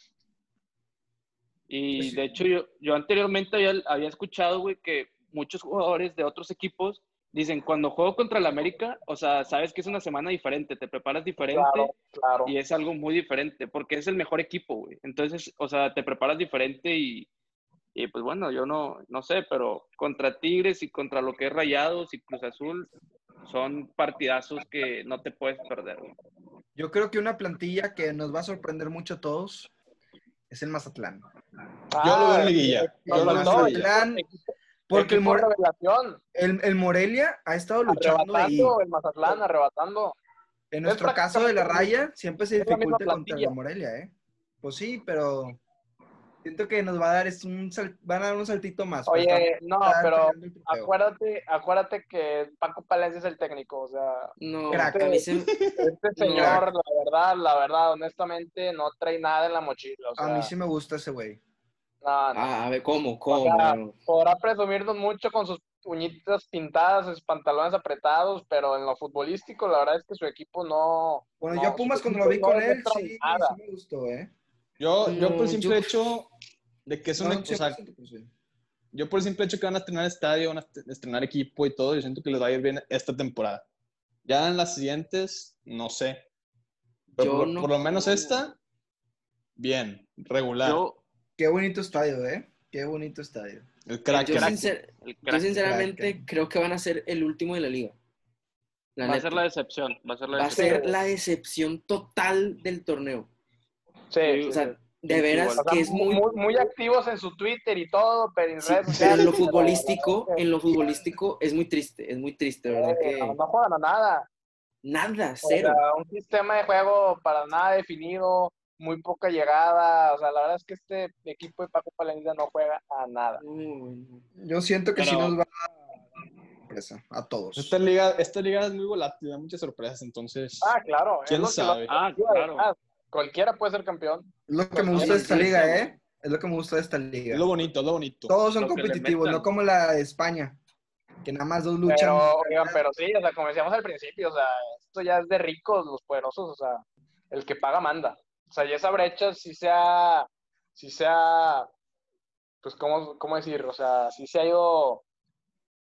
Y Pues de hecho, yo, yo anteriormente había, había escuchado, güey, que muchos jugadores de otros equipos dicen, cuando juego contra el América, o sea, sabes que es una semana diferente, te preparas diferente Claro, claro. y es algo muy diferente, porque es el mejor equipo, güey. Entonces, o sea, te preparas diferente y, y pues bueno, yo no, no sé, pero contra Tigres y contra lo que es Rayados y Cruz Azul son partidazos que no te puedes perder, güey. Yo creo que una plantilla que nos va a sorprender mucho a todos es el Mazatlán. yo lo veo Ah, en liguilla. nos Yo lo veo en faltó liguilla. Mazatlán, equipo, porque el, equipo More- revelación, el, el Morelia ha estado luchando ahí. arrebatando el Mazatlán, arrebatando. En Es nuestro caso de la prácticamente raya, siempre se es la misma dificulta contra plantilla. la Morelia, ¿eh? Pues sí, pero siento que nos va a dar es un sal- van a dar un saltito más para estar, Oye, no, estar pero peleando el trofeo. acuérdate, acuérdate que Paco Palencia es el técnico, o sea, No, Crack. a mí se... este No. señor, la verdad, la verdad, honestamente, no trae nada en la mochila, o A mí sea, sí me gusta ese güey. no, no. Ah, a ver, ¿cómo? O ¿Cómo? sea, podrá presumirnos mucho con sus uñitas pintadas, sus pantalones apretados, pero en lo futbolístico, la verdad es que su equipo no. Bueno, no, yo a Pumas su cuando lo vi equipo con no él, demuestra sí, nada. sí me gustó, ¿eh? Yo, yo por el No, simple yo- hecho de que es un, No, o sea, cien por ciento, pues sí. yo por el simple hecho que van a estrenar estadio, van a est- estrenar equipo y todo, yo siento que les va a ir bien esta temporada. Ya en las siguientes, no sé. Pero Yo por, lo- no- por lo menos esta, bien, regular. Yo, Qué bonito estadio, ¿eh? Qué bonito estadio. El crack. yo, Kraken, sincer- el yo Kraken. sinceramente Kraken. creo que van a ser el último de la liga. La Va a neta. ser la decepción, va a ser la Va a decepción. ser la decepción total del torneo. Sí, Sí, sí, O sea, sí. de sí, veras igual. O sea, que es muy... muy, muy activos en su Twitter y todo, pero en sí, redes pero sociales. en lo pero la futbolístico, verdad es en lo futbolístico es muy triste, es muy triste, ¿verdad? que, Que no, no juegan a nada. nada, O cero. sea, un sistema de juego para nada definido, muy poca llegada. O sea, la verdad es que este equipo de Paco Palencia no juega a nada. No, no. Yo siento que sí Pero- nos va a sorpresa a todos. Esta liga, esta liga es muy volátil, da muchas sorpresas, entonces, Ah, claro. ¿quién es lo sabe? Que lo, Ah, y claro. además, cualquiera puede ser campeón. Es lo que me Sí, gusta de esta sí, liga, sí, ¿eh? Es lo que me gusta de esta liga. Es lo bonito, es lo bonito. Todos son Lo que le competitivos, metan. no como la de España, que nada más dos luchan. Pero, oigan, pero sí, o sea, como decíamos al principio, o sea, esto ya es de ricos, los poderosos, o sea, el que paga manda. O sea, y esa brecha sí se ha, sí se ha, pues, ¿cómo, cómo decir? O sea, sí se ha ido,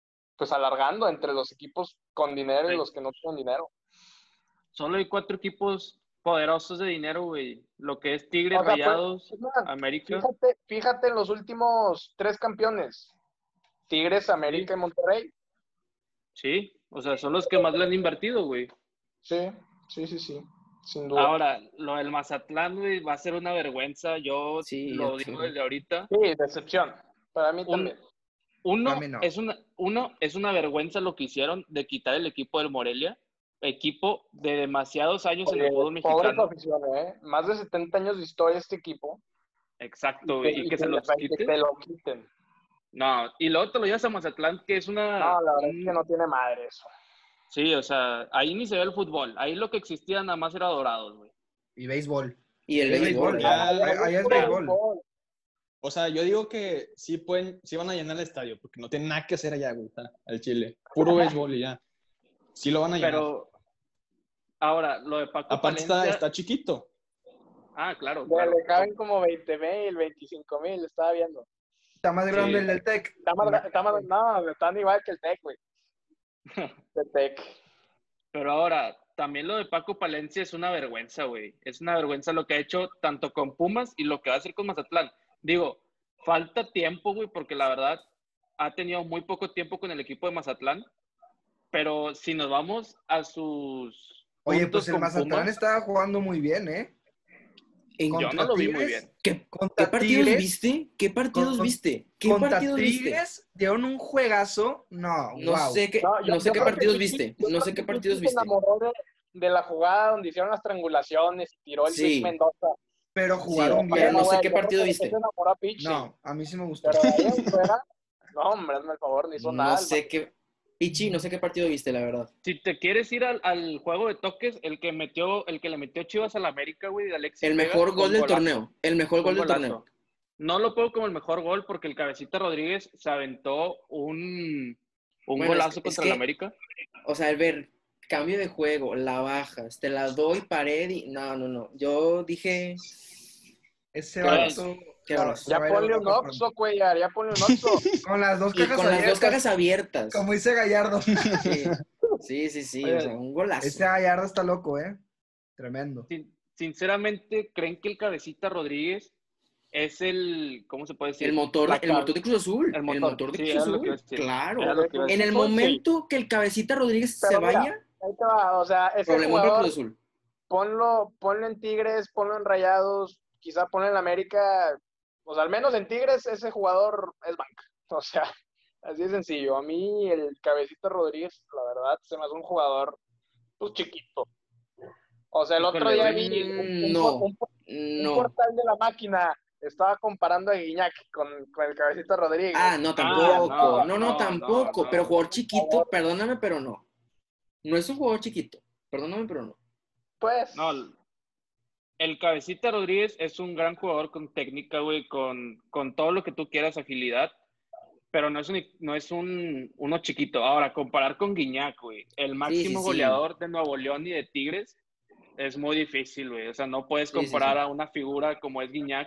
pues alargando entre los equipos con dinero y Sí. los que no tienen dinero. Solo hay cuatro equipos poderosos de dinero, güey. Lo que es Tigres, O sea, pues, Rayados, es más, América. fíjate, fíjate en los últimos tres campeones. Tigres, América Sí. y Monterrey. Sí, o sea, son los que más le han invertido, güey. Sí, sí, sí, sí, sin duda. Ahora, lo del Mazatlán, güey, va a ser una vergüenza. Yo Sí, lo yo digo creo. desde ahorita. Sí, decepción. Para mí Un- también. Uno Para mí no. es una, uno es una vergüenza lo que hicieron de quitar el equipo del Morelia, equipo de demasiados años en el Oye, fútbol pobre mexicano. afición, ¿eh? Más de setenta años de historia este equipo. Exacto, Y güey, que, y y que se que los le- que quite. te lo quiten. No, y luego te lo llevas a Mazatlán, que es una... No, la verdad un- es que no tiene madre eso. Sí, o sea, ahí ni se ve el fútbol. Ahí lo que existía nada más era Dorados, güey. Y béisbol. Y el Es béisbol. béisbol, ¿eh? ya. Ahí- ahí ahí es puro béisbol. O sea, yo digo que sí pueden, sí van a llenar el estadio, porque no tienen nada que hacer allá, güey, está, al Chile. Puro béisbol y ya. Sí lo van a llenar. Pero ahora, lo de Paco Aparte está, Palencia... está chiquito. Ah, claro, Le, claro. le caben como veinte mil, veinticinco mil, estaba viendo. Está más grande Sí. el del Tec. Está más, está más, no, están igual que el Tec, güey. El Tec. Pero ahora, también lo de Paco Palencia es una vergüenza, güey. Es una vergüenza lo que ha hecho tanto con Pumas y lo que va a hacer con Mazatlán. Digo, falta tiempo, güey, porque la verdad ha tenido muy poco tiempo con el equipo de Mazatlán. Pero si nos vamos a sus Oye, puntos pues el con Mazatlán Pumas, estaba jugando muy bien, ¿eh? En- yo Contra no lo vi muy Tigres, bien. ¿Qué, ¿Qué Contra partidos Tigres, viste? ¿Qué partidos con- viste? ¿Qué contra partidos viste? Tigres dieron un juegazo. No, No wow. sé qué, No, no, yo- sé yo qué creo que partidos Pichi- viste. yo No creo sé que qué partidos Pichi se viste. enamoró de, de la jugada donde hicieron las triangulaciones y tiró el Sí. Luis Mendoza. Pero jugaron pero bien. no sé güey, qué yo creo partido que viste. se enamoró a Pichi. No, a mí sí me gustó. Pero de ahí en fuera, no, hombre, hazme el favor, no hizo nada. No el sé qué. Pichi, no sé qué partido viste, la verdad. Si te quieres ir al, al juego de toques, el que metió, el que le metió Chivas al América, güey, de Alexis El Vega, mejor fue gol un del golazo. torneo. El mejor Fue gol un del golazo. torneo. No lo pongo como el mejor gol porque el Cabecita Rodríguez se aventó un, un Bueno, golazo es- es contra que- el América. O sea, el ver cambio de juego, la bajas, te la doy pared y. No, no, no. Yo dije. Ese Qué vato. golazo, qué no, golazo. se Ya va a ir a ponle un Europa Oxxo, pronto. Cuellar, ya ponle un Oxxo. Con las dos Y cajas con las abiertas. dos cajas abiertas. Como dice Gallardo. Sí, sí, sí, sí. Oye, O sea, un golazo. Ese Gallardo está loco, ¿eh? Tremendo. Sin- sinceramente, ¿creen que el Cabecita Rodríguez es el, ¿cómo se puede decir? El motor, La el cab- motor de Cruz Azul. El El motor, motor, de sí, Cruz era lo Azul. que iba a decir. Claro. Era lo que iba a En decir. el Sí. momento que el Cabecita Rodríguez Pero se mira, vaya, Ahí te va, o sea, ese problemón para jugador, Cruz Azul. ponlo, ponlo en Tigres, ponlo en Rayados, quizá ponlo en América, o sea, al menos en Tigres ese jugador es banca, o sea, así de sencillo. A mí el Cabecita Rodríguez, la verdad, se me hace un jugador, pues, chiquito. O sea, el otro Híjole, día güey. vi un, un- No, un- un no. portal de la máquina, estaba comparando a Guiñac con, con el Cabecita Rodríguez. Ah, no, Ah, tampoco. no, no, no, no, tampoco. no, pero no. jugador chiquito, perdóname, pero no. No es un jugador chiquito. Perdóname, pero no. Pues, No, el- el Cabecita Rodríguez es un gran jugador con técnica, güey, con, con todo lo que tú quieras, agilidad, pero no es un, no es un uno chiquito. Ahora, comparar con Guiñac, güey, el máximo sí. goleador de Nuevo León y de Tigres, es muy difícil, güey. O sea, no puedes Sí, sí, comparar sí. a una figura como es Guiñac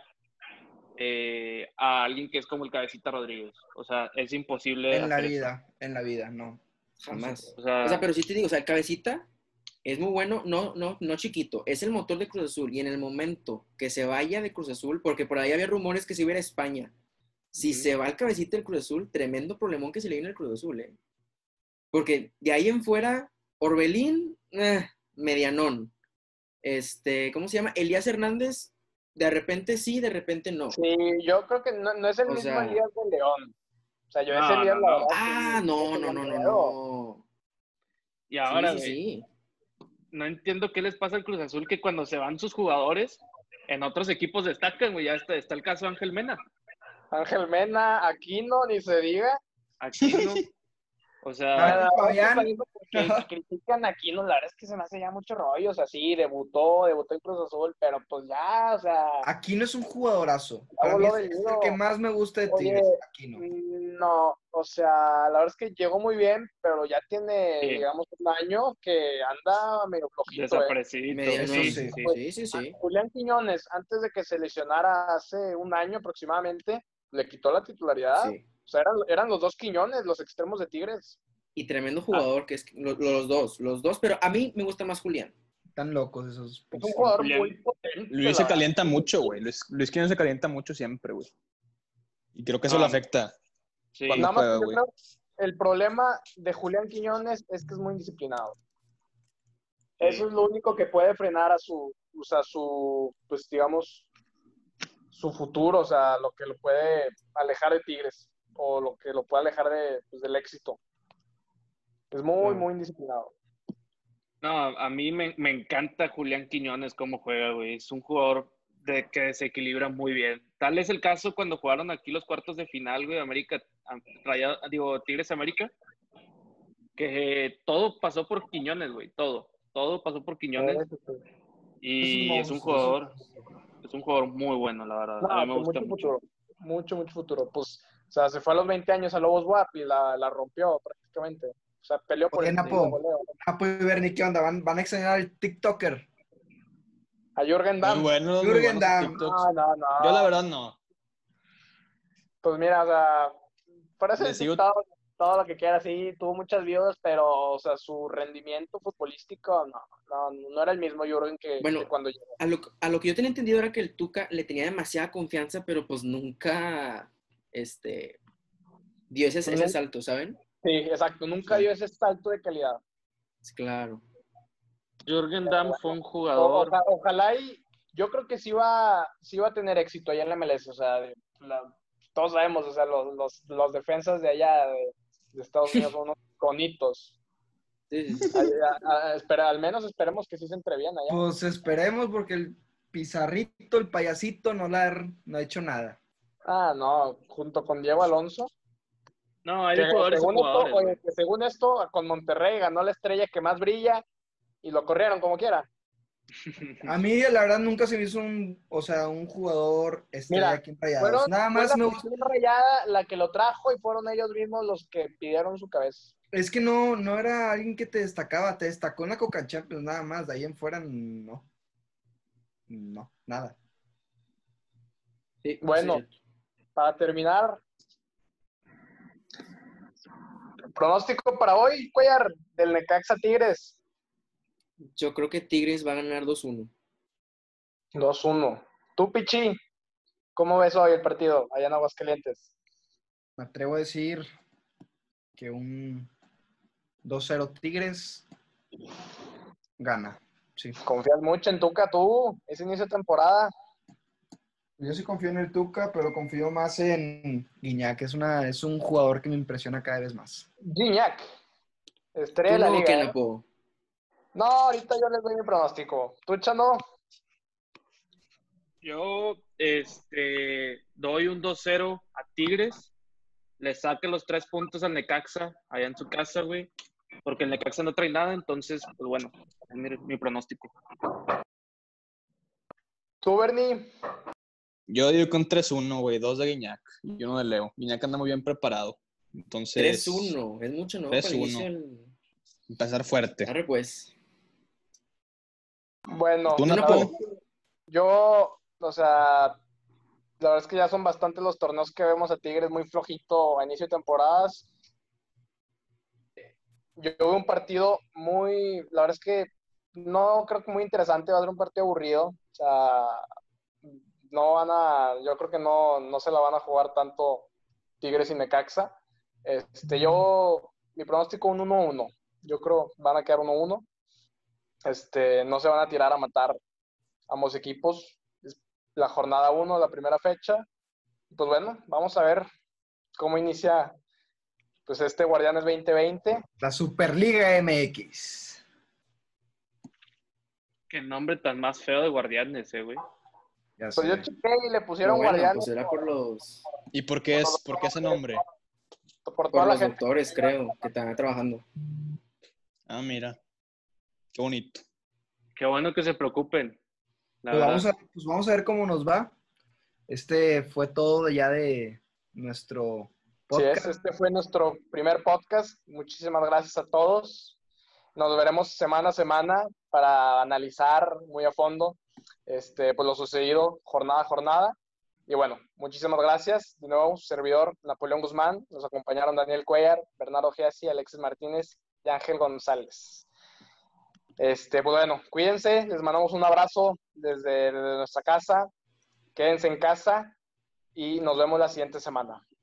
eh, a alguien que es como el Cabecita Rodríguez. O sea, es imposible En la hacer eso. vida, en la vida, no. Jamás. O sea, O sea, pero sí te digo, o sea, el Cabecita es muy bueno, no, no, no chiquito, es el motor de Cruz Azul. Y en el momento que se vaya de Cruz Azul, porque por ahí había rumores que se iba a ir a España. Si Ujú. se va el Cabecita del Cruz Azul, tremendo problemón que se le viene al Cruz Azul, ¿eh? Porque de ahí en fuera, Orbelín, eh, medianón. Este, ¿cómo se llama? Elías Hernández, de repente sí, de repente no. sí, yo creo que no, no es el O mismo sea- Elías de León. O sea, yo No, ese Elías, no, la no. verdad, Ah, sí, no, sí no, tenía no, no, miedo. no. y ahora, Sí, güey, sí, sí. no entiendo qué les pasa al Cruz Azul que cuando se van sus jugadores, en otros equipos destacan, güey. Ya está, está el caso de Ángel Mena. Ángel Mena, Aquino, ni se diga. Aquí no. O sea, Marco La verdad es que Fabián. también porque critican a Aquino, la verdad es que se me hace ya mucho rollo. O sea, sí, debutó, debutó en Cruz Azul, pero pues ya, o sea, Aquino es un jugadorazo. Para voló mí es, del es el nido. que más me gusta de Oye, Tigres, Aquino. mm, no, o sea, la verdad es que llegó muy bien, pero ya tiene, Sí. digamos, un año que anda medio flojito, ¿eh? desaparecidito. Medianón. Sí, sí. sí, sí. Sí, sí, sí. Julián Quiñones, antes de que se lesionara hace un año aproximadamente, le quitó la titularidad. Sí. O sea, eran, eran los dos Quiñones, los extremos de Tigres. y tremendo jugador, que es lo- los dos, los dos, pero a mí me gusta más Julián. Están locos esos. Es un jugador Julián. muy potente. Luis se la- calienta mucho, güey. Luis, Luis Quiñones se calienta mucho siempre, güey. Y creo que eso Ah, le afecta. Sí. Cuando Nada más juega, que yo güey. creo el problema de Julián Quiñones es que es muy indisciplinado. Eso es lo único que puede frenar a su, o sea, su, pues digamos, su futuro, o sea, lo que lo puede alejar de Tigres o lo que lo puede alejar de, pues, del éxito. Es muy, Claro. muy indisciplinado. No, a mí me, me encanta Julián Quiñones cómo juega, güey. Es un jugador de, que desequilibra muy bien. Tal es el caso cuando jugaron aquí los cuartos de final, güey, América, Rayado, digo, Tigres América, que todo pasó por Quiñones, güey, todo. Todo pasó por Quiñones Eso sí. y es un jugador, es un jugador muy bueno, la verdad. No, A mí me con gusta mucho mucho. futuro. Mucho, mucho futuro. Pues, o sea, se fue a los veinte años a Lobos W A P y la, la rompió prácticamente. O sea, peleó por Oye, el Napo, título de goleo. Napo y Bernie, ¿qué onda? ¿Van, van a extrañar al TikToker? A Jürgen Muy Damm. bueno, muy Jürgen buenos Damm. TikToks. No, no, no. Yo la verdad no. Pues mira, o sea, parece Le el sigo- TikTok, todo lo que quiera, sí, tuvo muchas views, pero, o sea, su rendimiento futbolístico, no, no, no era el mismo Jürgen que, Bueno, que cuando llegó. A lo, a lo que yo tenía entendido era que el Tuca le tenía demasiada confianza, pero pues nunca este, dio ese, ese No. salto, ¿saben? Sí, exacto, nunca Sí. dio ese salto de calidad. Sí, claro. Jürgen Damm fue un O- jugador. oja- ojalá y yo creo que sí va, sí va a tener éxito allá en la M L S, o sea, de- la- todos sabemos, o sea, los, los, los defensas de allá de, de Estados Unidos son unos conitos. Sí, sí, sí. Ay, a- a- espera, al menos esperemos que sí se entrevían allá. Pues esperemos porque el pizarrito, el payasito, no, la, ha- no ha hecho nada. Ah, no, junto con Diego Alonso. No, hay Que de jugadores y según, esto, jugadores, oye, güey. que según esto, con Monterrey ganó la estrella que más brilla y lo corrieron como quiera. A mí, la verdad, nunca se me hizo un, o sea, un jugador estrella Mira, aquí en Rayados. fueron, Nada fue más la me gusta. afición rayada la que lo trajo y fueron ellos mismos los que pidieron su cabeza. Es que no, no era alguien que te destacaba, te destacó en la Coca Champions nada más, de ahí en fuera no. No, nada. Sí, Bueno, sí. para terminar, pronóstico para hoy, Cuellar, del Necaxa Tigres, Yo creo que Tigres va a ganar dos uno. dos uno. Tú, Pichi, ¿cómo ves hoy el partido allá en Aguascalientes? Me atrevo a decir que un dos cero Tigres gana. Sí. ¿Confías mucho en Tuca tú? Es inicio de temporada. Yo sí confío en el Tuca, pero confío más en Guiñac. Es, una, es un jugador que me impresiona cada vez más. Gignac, estrella de ¿Tú la no, liga. qué, ¿eh? Napo? No, ahorita yo les doy mi pronóstico. ¿Tú, Chano? Yo este, doy un dos cero a Tigres. Le saque los tres puntos al Necaxa allá en su casa, güey. Porque el Necaxa no trae nada, entonces, pues bueno, es mi, mi pronóstico. ¿Tú, Bernie? Yo digo con tres uno, güey. Dos de Guiñac y uno de Leo. Guiñac anda muy bien preparado. Entonces, tres uno. Es mucho, ¿no? Para el tres uno. inicio del... empezar fuerte. Arre, pues. Bueno, ¿Tú, la Napo? verdad es que yo, o sea, la verdad es que ya son bastantes los torneos que vemos a Tigres muy flojito a inicio de temporadas. Yo veo un partido muy, la verdad es que no creo que muy interesante, va a ser un partido aburrido. O sea, no van a, yo creo que no, no se la van a jugar tanto Tigres y Necaxa. Este, yo, mi pronóstico un uno uno. Yo creo van a quedar uno uno. Este, no se van a tirar a matar ambos equipos. Es la jornada uno, la primera fecha. Pues bueno, vamos a ver cómo inicia pues este Guardianes veinte veinte. La Superliga M X. Qué nombre tan más feo de Guardianes, eh, güey. Ya Pues yo sé. chequé y le Pero pusieron bueno, Guardianes pues será por los, ¿Y por qué, es, por qué ese nombre? por por toda la los gente. doctores, creo, que están trabajando. Ah, mira. Qué bonito. Qué bueno que se preocupen. La Pues verdad. vamos, a, pues vamos a ver cómo nos va. Este fue todo ya de nuestro Así es, podcast. este fue nuestro primer podcast. Muchísimas gracias a todos. Nos veremos semana a semana para analizar muy a fondo este, pues lo sucedido jornada a jornada. Y bueno, muchísimas gracias. De nuevo, su servidor Napoleón Guzmán. Nos acompañaron Daniel Cuellar, Bernardo Giassi, Alexis Martínez y Ángel González. Este, pues bueno, cuídense, les mandamos un abrazo desde, desde nuestra casa. Quédense en casa y nos vemos la siguiente semana.